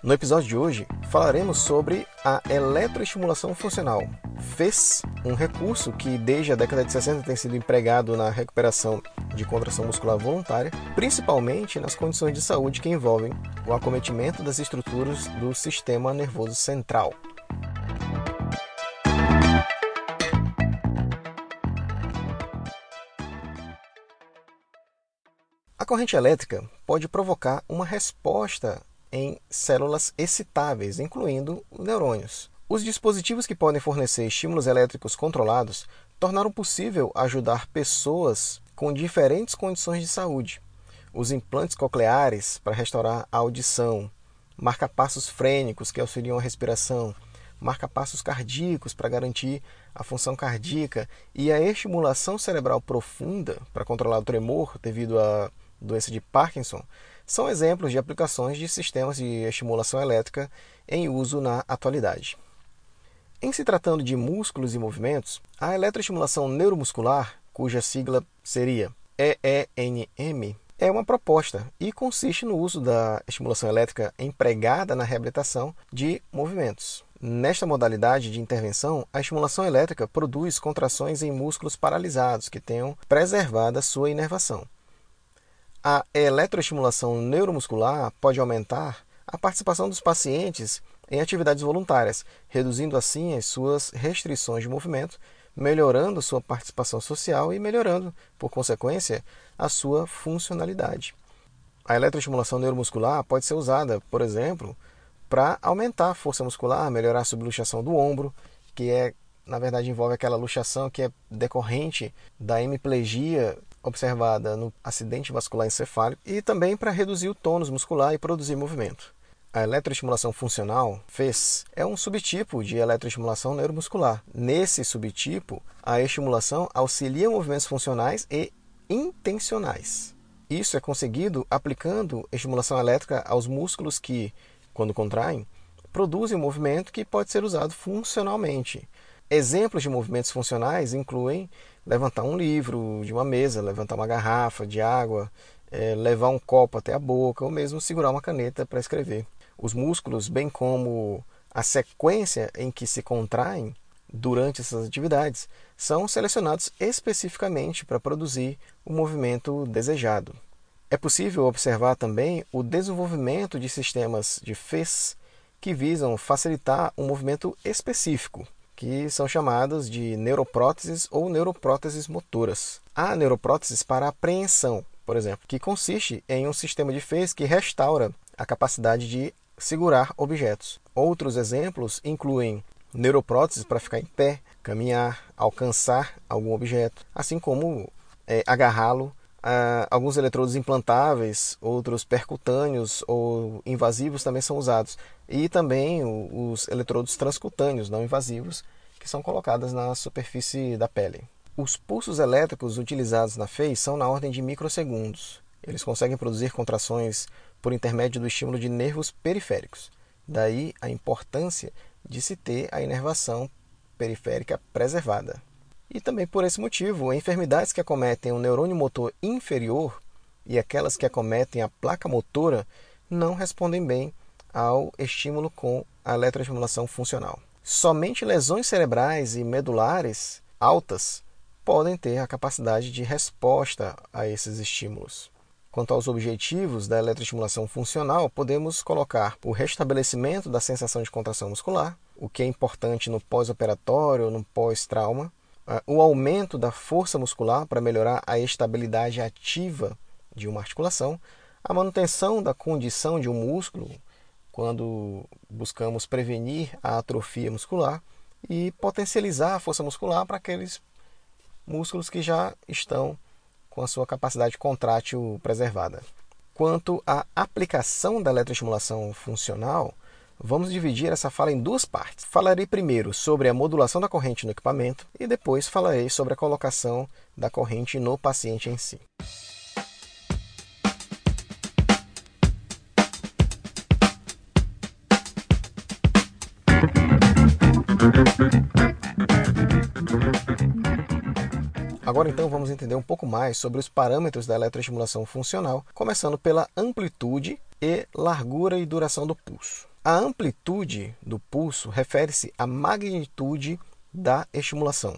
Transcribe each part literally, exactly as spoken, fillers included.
No episódio de hoje, falaremos sobre a eletroestimulação funcional, F E S, um recurso que desde a década de sessenta tem sido empregado na recuperação de contração muscular voluntária, principalmente nas condições de saúde que envolvem o acometimento das estruturas do sistema nervoso central. A corrente elétrica pode provocar uma resposta em células excitáveis, incluindo os neurônios. Os dispositivos que podem fornecer estímulos elétricos controlados tornaram possível ajudar pessoas com diferentes condições de saúde. Os implantes cocleares para restaurar a audição, marcapassos frênicos que auxiliam a respiração, marcapassos cardíacos para garantir a função cardíaca e a estimulação cerebral profunda para controlar o tremor devido à doença de Parkinson, são exemplos de aplicações de sistemas de estimulação elétrica em uso na atualidade. Em se tratando de músculos e movimentos, a eletroestimulação neuromuscular, cuja sigla seria E E N M, é uma proposta e consiste no uso da estimulação elétrica empregada na reabilitação de movimentos. Nesta modalidade de intervenção, a estimulação elétrica produz contrações em músculos paralisados que tenham preservado a sua inervação. A eletroestimulação neuromuscular pode aumentar a participação dos pacientes em atividades voluntárias, reduzindo assim as suas restrições de movimento, melhorando sua participação social e melhorando, por consequência, a sua funcionalidade. A eletroestimulação neuromuscular pode ser usada, por exemplo, para aumentar a força muscular, melhorar a subluxação do ombro, que é, na verdade, envolve aquela luxação que é decorrente da hemiplegia observada no acidente vascular encefálico, e também para reduzir o tônus muscular e produzir movimento. A eletroestimulação funcional, F E S, é um subtipo de eletroestimulação neuromuscular. Nesse subtipo, a estimulação auxilia movimentos funcionais e intencionais. Isso é conseguido aplicando estimulação elétrica aos músculos que, quando contraem, produzem um movimento que pode ser usado funcionalmente. Exemplos de movimentos funcionais incluem levantar um livro de uma mesa, levantar uma garrafa de água, é, levar um copo até a boca ou mesmo segurar uma caneta para escrever. Os músculos, bem como a sequência em que se contraem durante essas atividades, são selecionados especificamente para produzir o movimento desejado. É possível observar também o desenvolvimento de sistemas de F E S que visam facilitar um movimento específico, que são chamadas de neuropróteses ou neuropróteses motoras. Há neuropróteses para apreensão, por exemplo, que consiste em um sistema de F E S que restaura a capacidade de segurar objetos. Outros exemplos incluem neuropróteses para ficar em pé, caminhar, alcançar algum objeto, assim como é, agarrá-lo. Uh, alguns eletrodos implantáveis, outros percutâneos ou invasivos também são usados. E também o, os eletrodos transcutâneos, não invasivos, que são colocados na superfície da pele. Os pulsos elétricos utilizados na F E S são na ordem de microsegundos. Eles conseguem produzir contrações por intermédio do estímulo de nervos periféricos. Daí a importância de se ter a inervação periférica preservada. E também por esse motivo, enfermidades que acometem o neurônio motor inferior e aquelas que acometem a placa motora não respondem bem ao estímulo com a eletroestimulação funcional. Somente lesões cerebrais e medulares altas podem ter a capacidade de resposta a esses estímulos. Quanto aos objetivos da eletroestimulação funcional, podemos colocar o restabelecimento da sensação de contração muscular, o que é importante no pós-operatório, no pós-trauma, o aumento da força muscular para melhorar a estabilidade ativa de uma articulação, a manutenção da condição de um músculo, quando buscamos prevenir a atrofia muscular, e potencializar a força muscular para aqueles músculos que já estão com a sua capacidade contrátil preservada. Quanto à aplicação da eletroestimulação funcional, vamos dividir essa fala em duas partes. Falarei primeiro sobre a modulação da corrente no equipamento e depois falarei sobre a colocação da corrente no paciente em si. Agora então vamos entender um pouco mais sobre os parâmetros da eletroestimulação funcional, começando pela amplitude e largura e duração do pulso. A amplitude do pulso refere-se à magnitude da estimulação.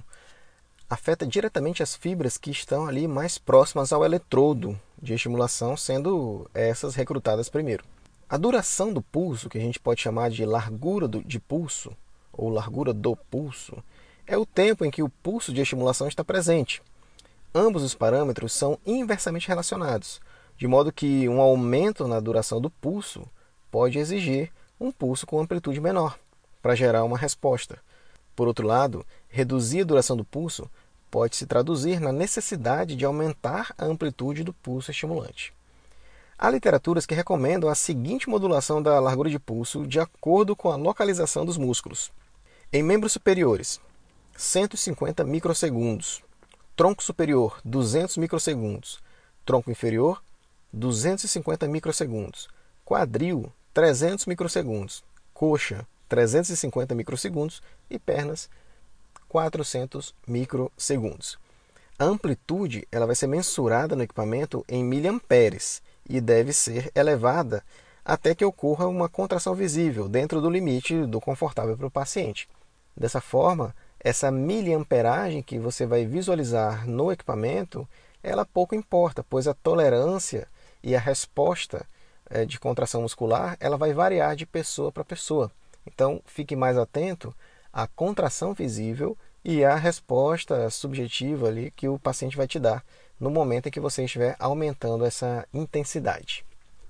Afeta diretamente as fibras que estão ali mais próximas ao eletrodo de estimulação, sendo essas recrutadas primeiro. A duração do pulso, que a gente pode chamar de largura de pulso, ou largura do pulso, é o tempo em que o pulso de estimulação está presente. Ambos os parâmetros são inversamente relacionados, de modo que um aumento na duração do pulso pode exigir um pulso com amplitude menor, para gerar uma resposta. Por outro lado, reduzir a duração do pulso pode se traduzir na necessidade de aumentar a amplitude do pulso estimulante. Há literaturas que recomendam a seguinte modulação da largura de pulso de acordo com a localização dos músculos. Em membros superiores, cento e cinquenta microsegundos. Tronco superior, duzentos microsegundos. Tronco inferior, duzentos e cinquenta microsegundos. Quadril, trezentos microsegundos. Coxa, trezentos e cinquenta microsegundos. E pernas, quatrocentos microsegundos. A amplitude ela vai ser mensurada no equipamento em miliamperes e deve ser elevada até que ocorra uma contração visível dentro do limite do confortável para o paciente. Dessa forma, essa miliamperagem que você vai visualizar no equipamento, ela pouco importa, pois a tolerância e a resposta é, de contração muscular ela vai variar de pessoa para pessoa. Então, fique mais atento à contração visível e à resposta subjetiva ali que o paciente vai te dar no momento em que você estiver aumentando essa intensidade.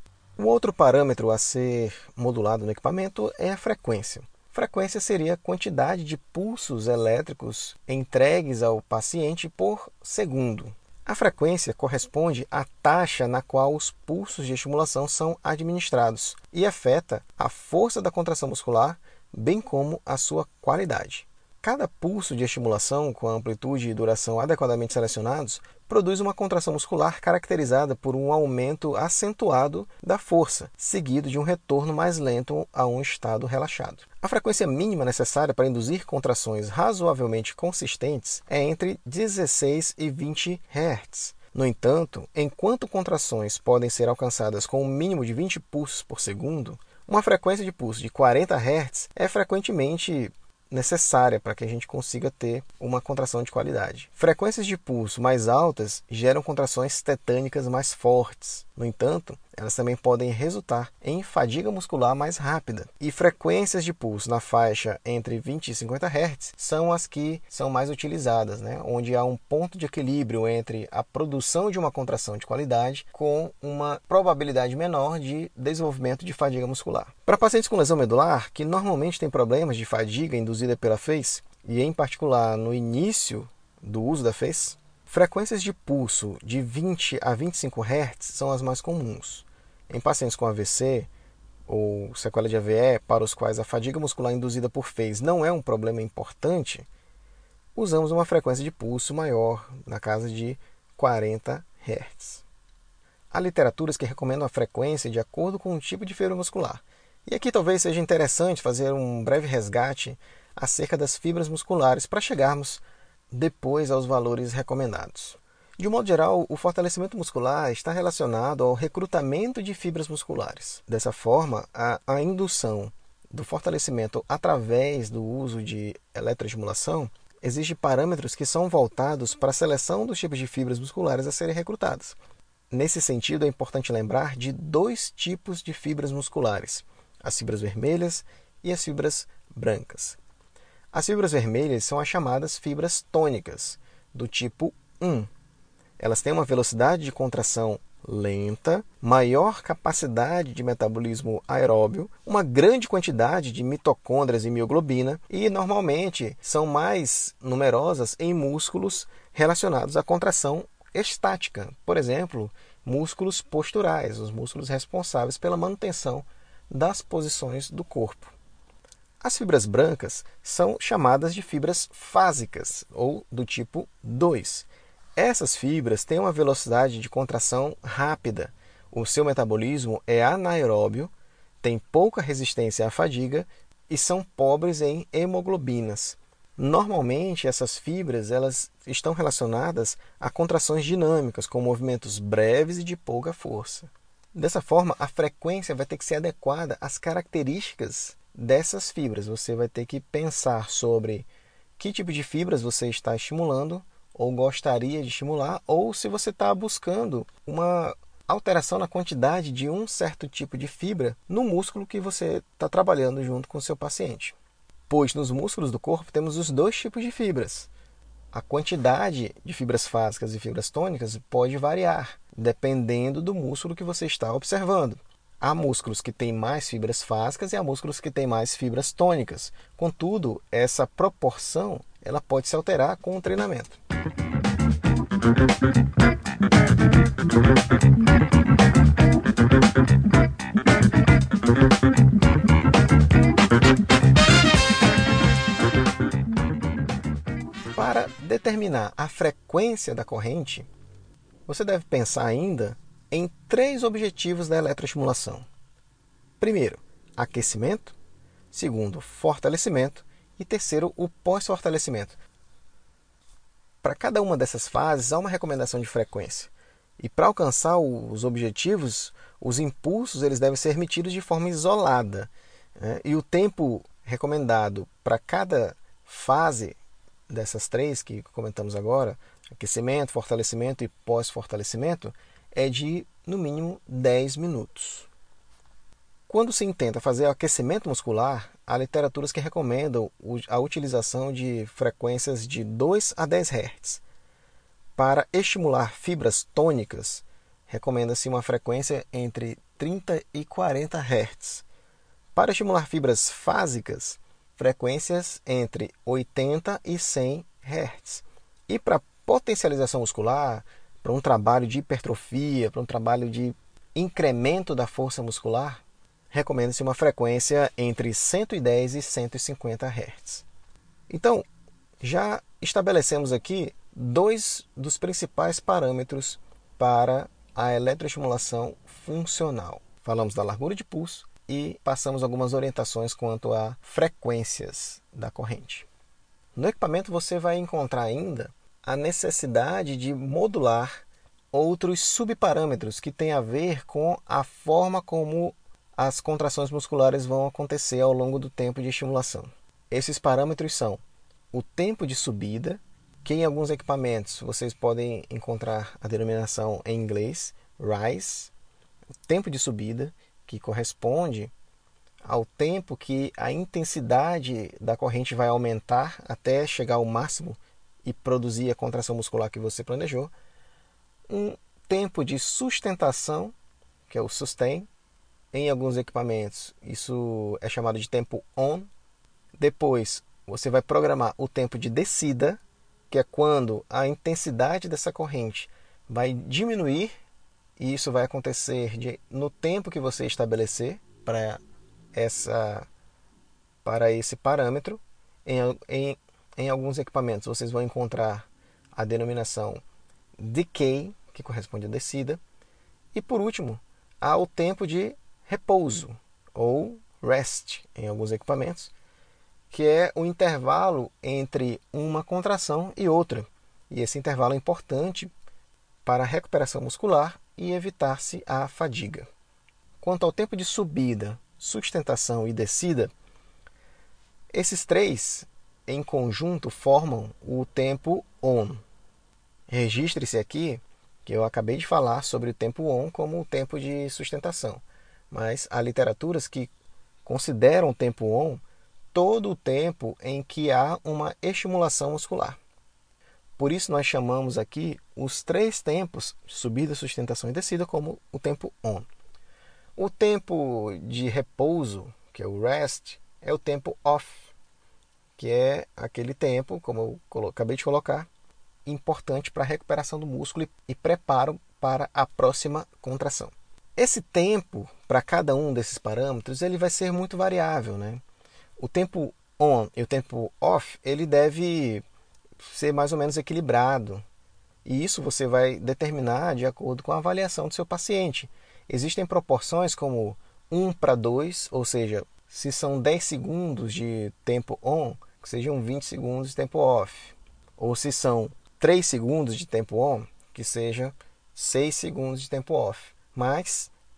O outro parâmetro a ser modulado no equipamento é a frequência. Frequência seria a quantidade de pulsos elétricos entregues ao paciente por segundo. A frequência corresponde à taxa na qual os pulsos de estimulação são administrados e afeta a força da contração muscular, bem como a sua qualidade. Cada pulso de estimulação com amplitude e duração adequadamente selecionados produz uma contração muscular caracterizada por um aumento acentuado da força, seguido de um retorno mais lento a um estado relaxado. A frequência mínima necessária para induzir contrações razoavelmente consistentes é entre dezesseis e vinte hertz. No entanto, enquanto contrações podem ser alcançadas com um mínimo de vinte pulsos por segundo, uma frequência de pulso de quarenta hertz é frequentemente necessária para que a gente consiga ter uma contração de qualidade. Frequências de pulso mais altas geram contrações tetânicas mais fortes. No entanto, elas também podem resultar em fadiga muscular mais rápida. E frequências de pulso na faixa entre vinte e cinquenta hertz são as que são mais utilizadas, né? Onde há um ponto de equilíbrio entre a produção de uma contração de qualidade com uma probabilidade menor de desenvolvimento de fadiga muscular. Para pacientes com lesão medular, que normalmente têm problemas de fadiga induzida pela F A C E, e em particular no início do uso da F A C E, frequências de pulso de vinte a vinte e cinco hertz são as mais comuns. Em pacientes com A V C ou sequela de A V E, para os quais a fadiga muscular induzida por F A C E não é um problema importante, usamos uma frequência de pulso maior, na casa de quarenta hertz. Há literaturas que recomendam a frequência de acordo com o tipo de fibra muscular. E aqui talvez seja interessante fazer um breve resgate acerca das fibras musculares para chegarmos depois aos valores recomendados. De um modo geral, o fortalecimento muscular está relacionado ao recrutamento de fibras musculares. Dessa forma, a, a indução do fortalecimento através do uso de eletroestimulação exige parâmetros que são voltados para a seleção dos tipos de fibras musculares a serem recrutadas. Nesse sentido, é importante lembrar de dois tipos de fibras musculares: as fibras vermelhas e as fibras brancas. As fibras vermelhas são as chamadas fibras tônicas, do tipo um. Elas têm uma velocidade de contração lenta, maior capacidade de metabolismo aeróbio, uma grande quantidade de mitocôndrias e mioglobina e, normalmente, são mais numerosas em músculos relacionados à contração estática. Por exemplo, músculos posturais, os músculos responsáveis pela manutenção das posições do corpo. As fibras brancas são chamadas de fibras fásicas, ou do tipo dois. Essas fibras têm uma velocidade de contração rápida, o seu metabolismo é anaeróbio, têm pouca resistência à fadiga e são pobres em hemoglobinas. Normalmente, essas fibras elas estão relacionadas a contrações dinâmicas, com movimentos breves e de pouca força. Dessa forma, a frequência vai ter que ser adequada às características dessas fibras. Você vai ter que pensar sobre que tipo de fibras você está estimulando ou gostaria de estimular, ou se você está buscando uma alteração na quantidade de um certo tipo de fibra no músculo que você está trabalhando junto com o seu paciente. Pois nos músculos do corpo temos os dois tipos de fibras. A quantidade de fibras fásicas e fibras tônicas pode variar, dependendo do músculo que você está observando. Há músculos que têm mais fibras fásicas e há músculos que têm mais fibras tônicas. Contudo, essa proporção ela pode se alterar com o treinamento. Para determinar a frequência da corrente, você deve pensar ainda em três objetivos da eletroestimulação. Primeiro, aquecimento. Segundo, fortalecimento. E terceiro, o pós-fortalecimento. Para cada uma dessas fases, há uma recomendação de frequência. E para alcançar os objetivos, os impulsos eles devem ser emitidos de forma isolada. Né? E o tempo recomendado para cada fase dessas três que comentamos agora, aquecimento, fortalecimento e pós-fortalecimento, é de, no mínimo, dez minutos. Quando se intenta fazer aquecimento muscular, há literaturas que recomendam a utilização de frequências de dois a dez hertz. Para estimular fibras tônicas, recomenda-se uma frequência entre trinta e quarenta hertz. Para estimular fibras fásicas, frequências entre oitenta e cem hertz. E para potencialização muscular, para um trabalho de hipertrofia, para um trabalho de incremento da força muscular, recomenda-se uma frequência entre cento e dez e cento e cinquenta hertz. Então, já estabelecemos aqui dois dos principais parâmetros para a eletroestimulação funcional. Falamos da largura de pulso e passamos algumas orientações quanto a frequências da corrente. No equipamento você vai encontrar ainda a necessidade de modular outros subparâmetros que têm a ver com a forma como as contrações musculares vão acontecer ao longo do tempo de estimulação. Esses parâmetros são o tempo de subida, que em alguns equipamentos vocês podem encontrar a denominação em inglês rise, o tempo de subida, que corresponde ao tempo que a intensidade da corrente vai aumentar até chegar ao máximo e produzir a contração muscular que você planejou. Um tempo de sustentação, que é o sustain. Em alguns equipamentos, isso é chamado de tempo on. Depois, você vai programar o tempo de descida, que é quando a intensidade dessa corrente vai diminuir, e isso vai acontecer de, no tempo que você estabelecer para, essa, para esse parâmetro. Em, em, em alguns equipamentos, vocês vão encontrar a denominação decay, que corresponde à descida. E por último, há o tempo de repouso, ou rest, em alguns equipamentos, que é o intervalo entre uma contração e outra. E esse intervalo é importante para a recuperação muscular e evitar-se a fadiga. Quanto ao tempo de subida, sustentação e descida, esses três, em conjunto, formam o tempo on. Registre-se aqui que eu acabei de falar sobre o tempo on como o tempo de sustentação. Mas há literaturas que consideram o tempo on todo o tempo em que há uma estimulação muscular. Por isso nós chamamos aqui os três tempos, subida, sustentação e descida, como o tempo on. O tempo de repouso, que é o rest, é o tempo off, que é aquele tempo, como eu acabei de colocar, importante para a recuperação do músculo e preparo para a próxima contração. Esse tempo, para cada um desses parâmetros, ele vai ser muito variável, né? O tempo on e o tempo off, ele deve ser mais ou menos equilibrado. E isso você vai determinar de acordo com a avaliação do seu paciente. Existem proporções como um para dois, ou seja, se são dez segundos de tempo on, que sejam vinte segundos de tempo off. Ou se são três segundos de tempo on, que seja seis segundos de tempo off. Mas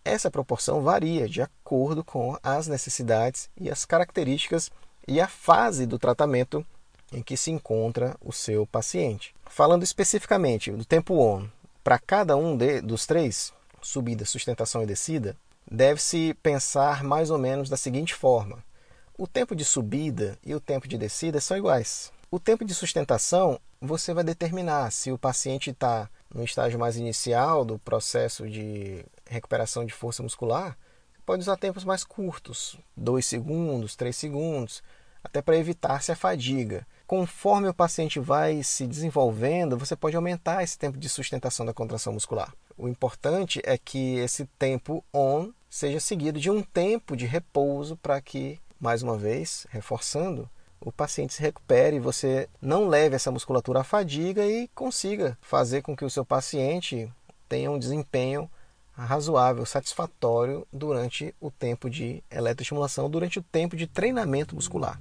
essa proporção varia de acordo com as necessidades e as características e a fase do tratamento em que se encontra o seu paciente. Falando especificamente do tempo on, para cada um de, dos três, subida, sustentação e descida, deve-se pensar mais ou menos da seguinte forma. O tempo de subida e o tempo de descida são iguais. O tempo de sustentação, você vai determinar se o paciente está no estágio mais inicial do processo de recuperação de força muscular, pode usar tempos mais curtos, dois segundos, três segundos, até para evitar-se a fadiga. Conforme o paciente vai se desenvolvendo, você pode aumentar esse tempo de sustentação da contração muscular. O importante é que esse tempo on seja seguido de um tempo de repouso para que, mais uma vez, reforçando, o paciente se recupere e você não leve essa musculatura à fadiga e consiga fazer com que o seu paciente tenha um desempenho razoável, satisfatório durante o tempo de eletroestimulação, durante o tempo de treinamento muscular.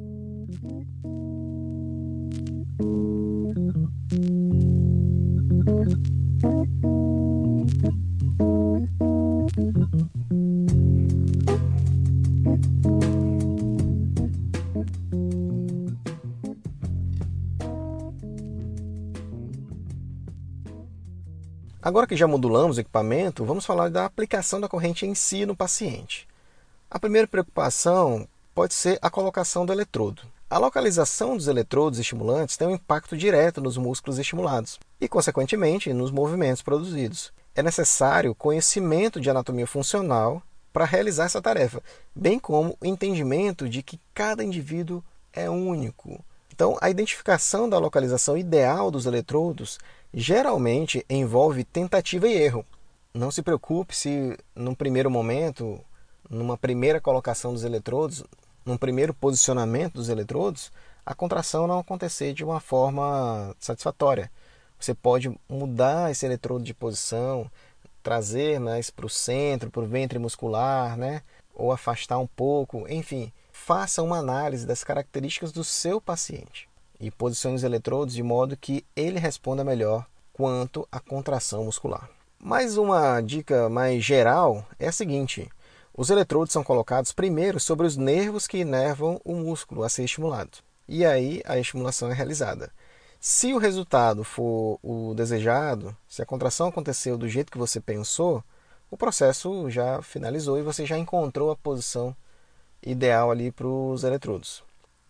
Agora que já modulamos o equipamento, vamos falar da aplicação da corrente em si no paciente. A primeira preocupação pode ser a colocação do eletrodo. A localização dos eletrodos estimulantes tem um impacto direto nos músculos estimulados e, consequentemente, nos movimentos produzidos. É necessário conhecimento de anatomia funcional para realizar essa tarefa, bem como o entendimento de que cada indivíduo é único. Então, a identificação da localização ideal dos eletrodos geralmente envolve tentativa e erro. Não se preocupe se, num primeiro momento, numa primeira colocação dos eletrodos, num primeiro posicionamento dos eletrodos, a contração não acontecer de uma forma satisfatória. Você pode mudar esse eletrodo de posição, trazer mais para o centro, para o ventre muscular, né? Ou afastar um pouco, enfim. Faça uma análise das características do seu paciente e posicione os eletrodos de modo que ele responda melhor quanto à contração muscular. Mais uma dica mais geral é a seguinte: os eletrodos são colocados primeiro sobre os nervos que inervam o músculo a ser estimulado. E aí a estimulação é realizada. Se o resultado for o desejado, se a contração aconteceu do jeito que você pensou, o processo já finalizou e você já encontrou a posição ideal ali para os eletrodos.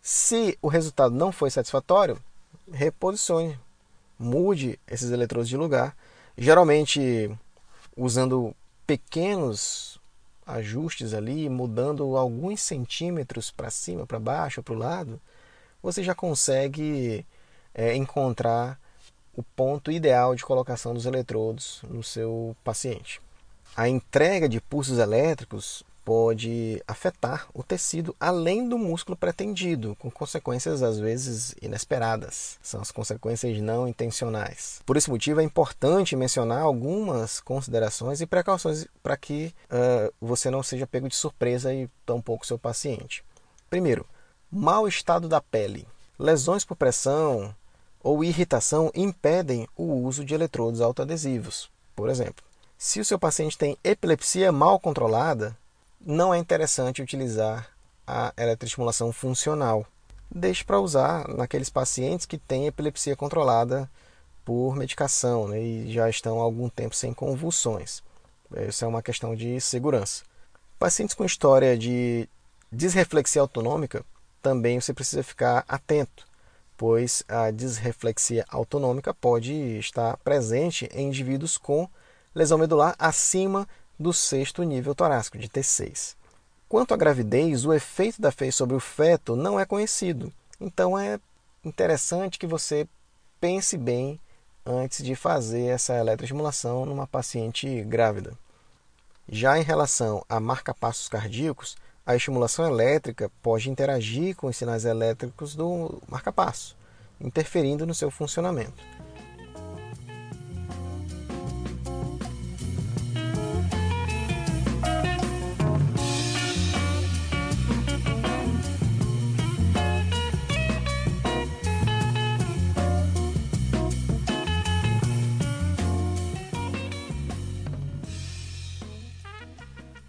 Se o resultado não foi satisfatório, reposicione, mude esses eletrodos de lugar, geralmente usando pequenos ajustes ali, mudando alguns centímetros para cima, para baixo, para o lado, você já consegue é, encontrar o ponto ideal de colocação dos eletrodos no seu paciente. A entrega de pulsos elétricos pode afetar o tecido além do músculo pretendido, com consequências às vezes inesperadas. São as consequências não intencionais. Por esse motivo é importante mencionar algumas considerações e precauções para que uh, você não seja pego de surpresa e tampouco seu paciente. Primeiro, mau estado da pele. Lesões por pressão ou irritação impedem o uso de eletrodos autoadesivos. Por exemplo, se o seu paciente tem epilepsia mal controlada, não é interessante utilizar a eletroestimulação funcional. Deixe para usar naqueles pacientes que têm epilepsia controlada por medicação, né, e já estão há algum tempo sem convulsões. Isso é uma questão de segurança. Pacientes com história de disreflexia autonômica, também você precisa ficar atento, pois a disreflexia autonômica pode estar presente em indivíduos com lesão medular acima do sexto nível torácico, de T seis. Quanto à gravidez, o efeito da F E I sobre o feto não é conhecido. Então é interessante que você pense bem antes de fazer essa eletroestimulação numa paciente grávida. Já em relação a marca-passos cardíacos, a estimulação elétrica pode interagir com os sinais elétricos do marca-passo, interferindo no seu funcionamento.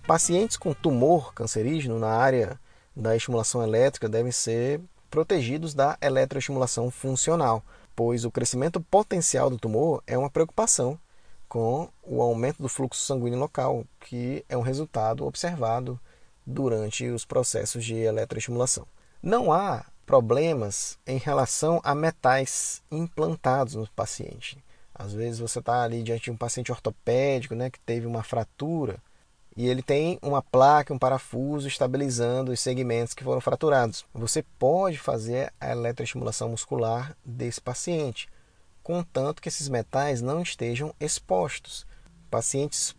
Pacientes com tumor cancerígeno na área da estimulação elétrica devem ser protegidos da eletroestimulação funcional, pois o crescimento potencial do tumor é uma preocupação com o aumento do fluxo sanguíneo local, que é um resultado observado durante os processos de eletroestimulação. Não há problemas em relação a metais implantados no paciente. Às vezes você está ali diante de um paciente ortopédico, né, que teve uma fratura, e ele tem uma placa, um parafuso estabilizando os segmentos que foram fraturados. Você pode fazer a eletroestimulação muscular desse paciente, contanto que esses metais não estejam expostos. Pacientes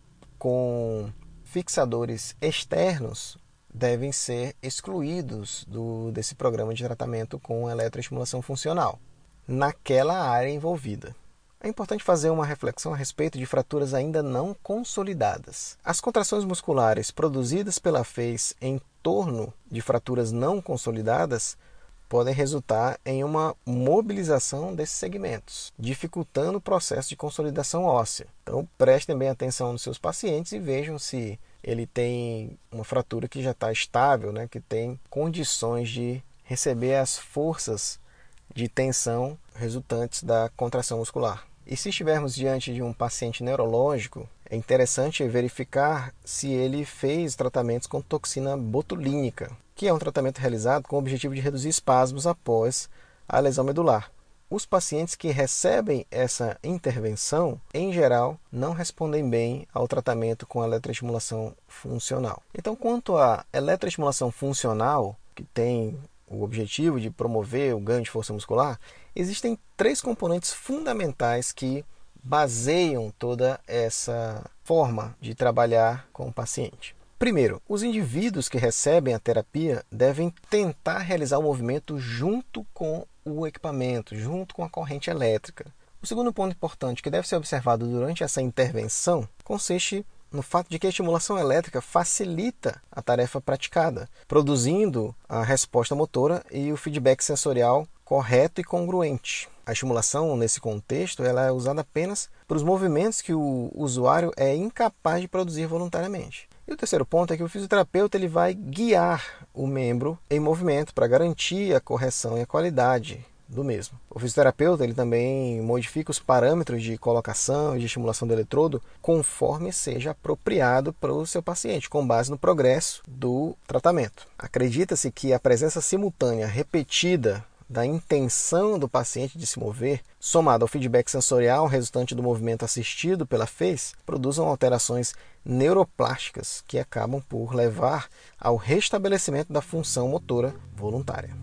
com fixadores externos devem ser excluídos do, desse programa de tratamento com eletroestimulação funcional, naquela área envolvida. É importante fazer uma reflexão a respeito de fraturas ainda não consolidadas. As contrações musculares produzidas pela fez em torno de fraturas não consolidadas podem resultar em uma mobilização desses segmentos, dificultando o processo de consolidação óssea. Então, prestem bem atenção nos seus pacientes e vejam se ele tem uma fratura que já está estável, né, que tem condições de receber as forças de tensão resultantes da contração muscular. E se estivermos diante de um paciente neurológico, é interessante verificar se ele fez tratamentos com toxina botulínica, que é um tratamento realizado com o objetivo de reduzir espasmos após a lesão medular. Os pacientes que recebem essa intervenção, em geral, não respondem bem ao tratamento com eletroestimulação funcional. Então, quanto à eletroestimulação funcional, que tem o objetivo de promover o ganho de força muscular, existem três componentes fundamentais que baseiam toda essa forma de trabalhar com o paciente. Primeiro, os indivíduos que recebem a terapia devem tentar realizar o movimento junto com o equipamento, junto com a corrente elétrica. O segundo ponto importante que deve ser observado durante essa intervenção consiste no fato de que a estimulação elétrica facilita a tarefa praticada, produzindo a resposta motora e o feedback sensorial correto e congruente. A estimulação, nesse contexto, ela é usada apenas para os movimentos que o usuário é incapaz de produzir voluntariamente. E o terceiro ponto é que o fisioterapeuta ele vai guiar o membro em movimento para garantir a correção e a qualidade do mesmo. O fisioterapeuta ele também modifica os parâmetros de colocação e de estimulação do eletrodo conforme seja apropriado para o seu paciente, com base no progresso do tratamento. Acredita-se que a presença simultânea repetida da intenção do paciente de se mover, somado ao feedback sensorial resultante do movimento assistido pela fez, produzam alterações neuroplásticas que acabam por levar ao restabelecimento da função motora voluntária.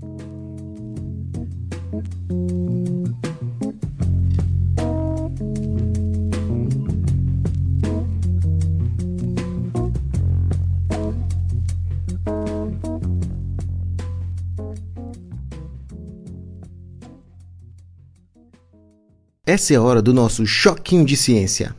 Essa é a hora do nosso choquinho de ciência.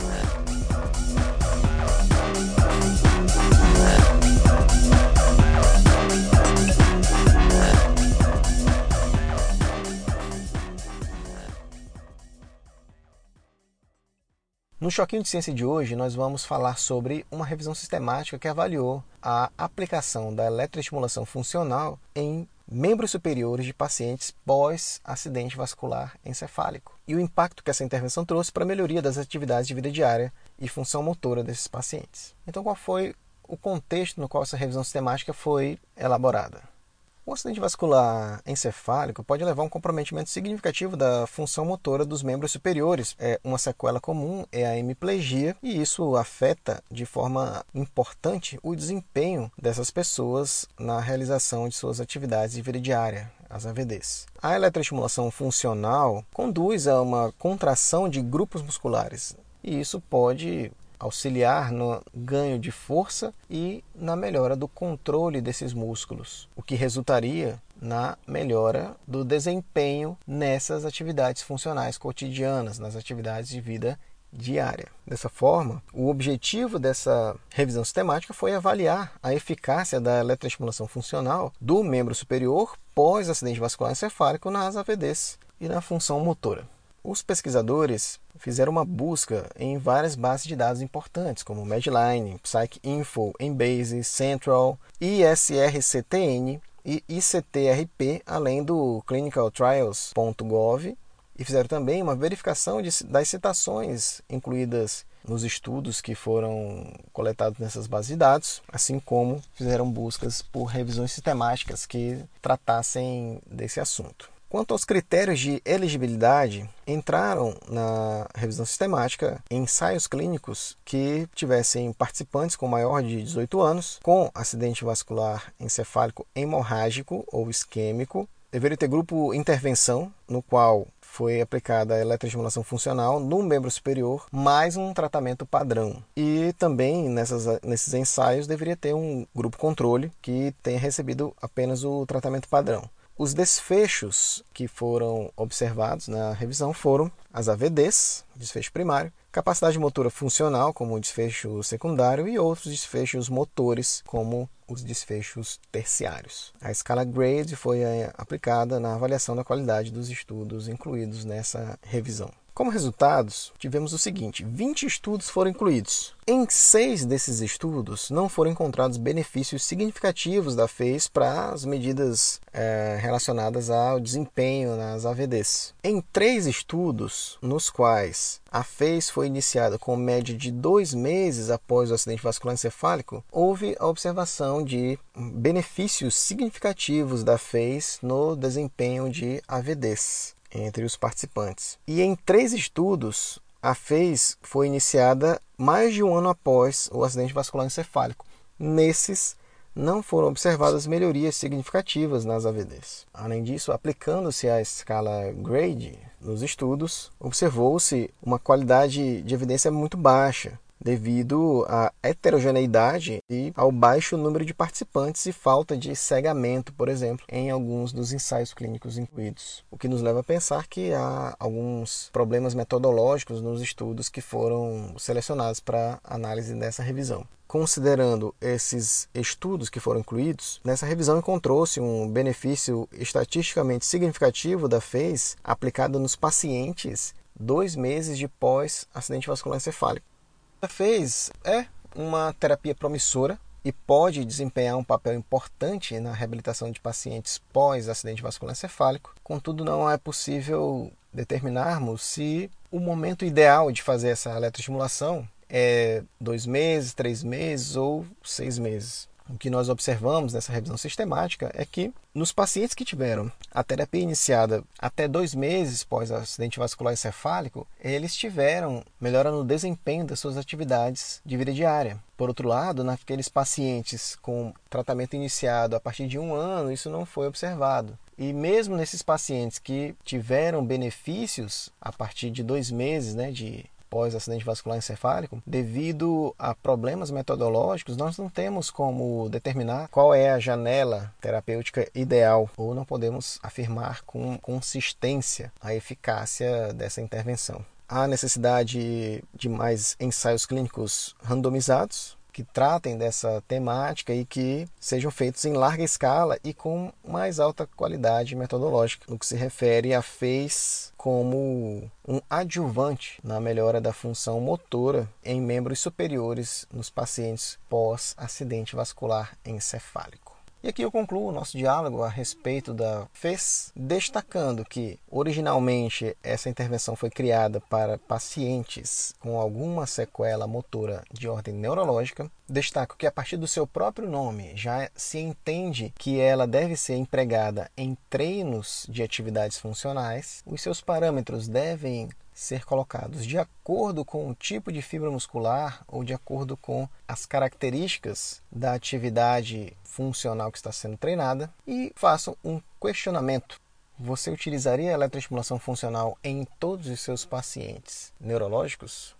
No Choquinho de Ciência de hoje, nós vamos falar sobre uma revisão sistemática que avaliou a aplicação da eletroestimulação funcional em membros superiores de pacientes pós-acidente vascular encefálico e o impacto que essa intervenção trouxe para a melhoria das atividades de vida diária e função motora desses pacientes. Então, qual foi o contexto no qual essa revisão sistemática foi elaborada? O acidente vascular encefálico pode levar a um comprometimento significativo da função motora dos membros superiores. É uma sequela comum é a hemiplegia e isso afeta de forma importante o desempenho dessas pessoas na realização de suas atividades de vida diária, as A V Ds. A eletroestimulação funcional conduz a uma contração de grupos musculares e isso pode auxiliar no ganho de força e na melhora do controle desses músculos, o que resultaria na melhora do desempenho nessas atividades funcionais cotidianas, nas atividades de vida diária. Dessa forma, o objetivo dessa revisão sistemática foi avaliar a eficácia da eletroestimulação funcional do membro superior pós-acidente vascular encefálico nas A V Ds e na função motora. Os pesquisadores fizeram uma busca em várias bases de dados importantes, como Medline, PsycInfo, Embase, Central, I S R C T N e I C T R P, além do clinical trials ponto gov, e fizeram também uma verificação de, das citações incluídas nos estudos que foram coletados nessas bases de dados, assim como fizeram buscas por revisões sistemáticas que tratassem desse assunto. Quanto aos critérios de elegibilidade, entraram na revisão sistemática ensaios clínicos que tivessem participantes com maior de dezoito anos, com acidente vascular encefálico hemorrágico ou isquêmico. Deveria ter grupo intervenção, no qual foi aplicada a eletroestimulação funcional no membro superior, mais um tratamento padrão. E também nessas, nesses ensaios deveria ter um grupo controle que tenha recebido apenas o tratamento padrão. Os desfechos que foram observados na revisão foram as A V Ds, desfecho primário, capacidade motora funcional, como o desfecho secundário, e outros desfechos motores, como os desfechos terciários. A escala GRADE foi aplicada na avaliação da qualidade dos estudos incluídos nessa revisão. Como resultados, tivemos o seguinte: vinte estudos foram incluídos. Em seis desses estudos, não foram encontrados benefícios significativos da F A C E para as medidas é, relacionadas ao desempenho nas A V Ds. Em três estudos, nos quais a F A C E foi iniciada com média de dois meses após o acidente vascular encefálico, houve a observação de benefícios significativos da F A C E no desempenho de A V Ds entre os participantes. E em três estudos, a F A C E foi iniciada mais de um ano após o acidente vascular encefálico. Nesses, não foram observadas melhorias significativas nas A V Ds. Além disso, aplicando-se a escala GRADE nos estudos, observou-se uma qualidade de evidência muito baixa, devido à heterogeneidade e ao baixo número de participantes e falta de cegamento, por exemplo, em alguns dos ensaios clínicos incluídos. O que nos leva a pensar que há alguns problemas metodológicos nos estudos que foram selecionados para análise dessa revisão. Considerando esses estudos que foram incluídos, nessa revisão encontrou-se um benefício estatisticamente significativo da F A C E aplicado nos pacientes dois meses de pós-acidente vascular encefálico. A F A C E é uma terapia promissora e pode desempenhar um papel importante na reabilitação de pacientes pós-acidente vascular encefálico. Contudo, não é possível determinarmos se o momento ideal de fazer essa eletroestimulação é dois meses, três meses ou seis meses. O que nós observamos nessa revisão sistemática é que nos pacientes que tiveram a terapia iniciada até dois meses pós acidente vascular encefálico, eles tiveram melhora no desempenho das suas atividades de vida diária. Por outro lado, naqueles pacientes com tratamento iniciado a partir de um ano, isso não foi observado. E mesmo nesses pacientes que tiveram benefícios a partir de dois meses, né, de pós-acidente vascular encefálico, devido a problemas metodológicos, nós não temos como determinar qual é a janela terapêutica ideal, ou não podemos afirmar com consistência a eficácia dessa intervenção. Há necessidade de mais ensaios clínicos randomizados, que tratem dessa temática e que sejam feitos em larga escala e com mais alta qualidade metodológica, no que se refere a F A C E como um adjuvante na melhora da função motora em membros superiores nos pacientes pós-acidente vascular encefálico. E aqui eu concluo o nosso diálogo a respeito da F A C E, destacando que, originalmente, essa intervenção foi criada para pacientes com alguma sequela motora de ordem neurológica. Destaco que, a partir do seu próprio nome, já se entende que ela deve ser empregada em treinos de atividades funcionais. Os seus parâmetros devem ser colocados de acordo com o tipo de fibra muscular ou de acordo com as características da atividade funcional que está sendo treinada, e façam um questionamento. Você utilizaria a eletroestimulação funcional em todos os seus pacientes neurológicos?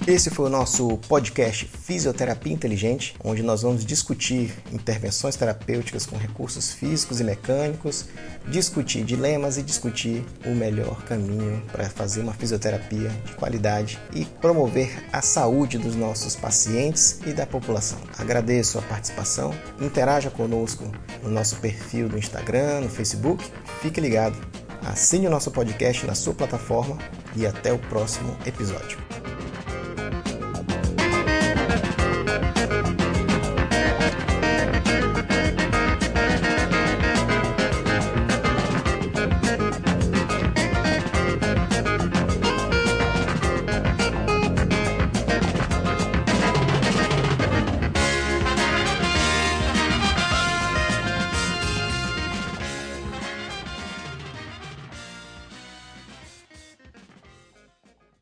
Esse foi o nosso podcast Fisioterapia Inteligente, onde nós vamos discutir intervenções terapêuticas com recursos físicos e mecânicos, discutir dilemas e discutir o melhor caminho para fazer uma fisioterapia de qualidade e promover a saúde dos nossos pacientes e da população. Agradeço a participação, interaja conosco no nosso perfil do Instagram, no Facebook, fique ligado, assine o nosso podcast na sua plataforma e até o próximo episódio.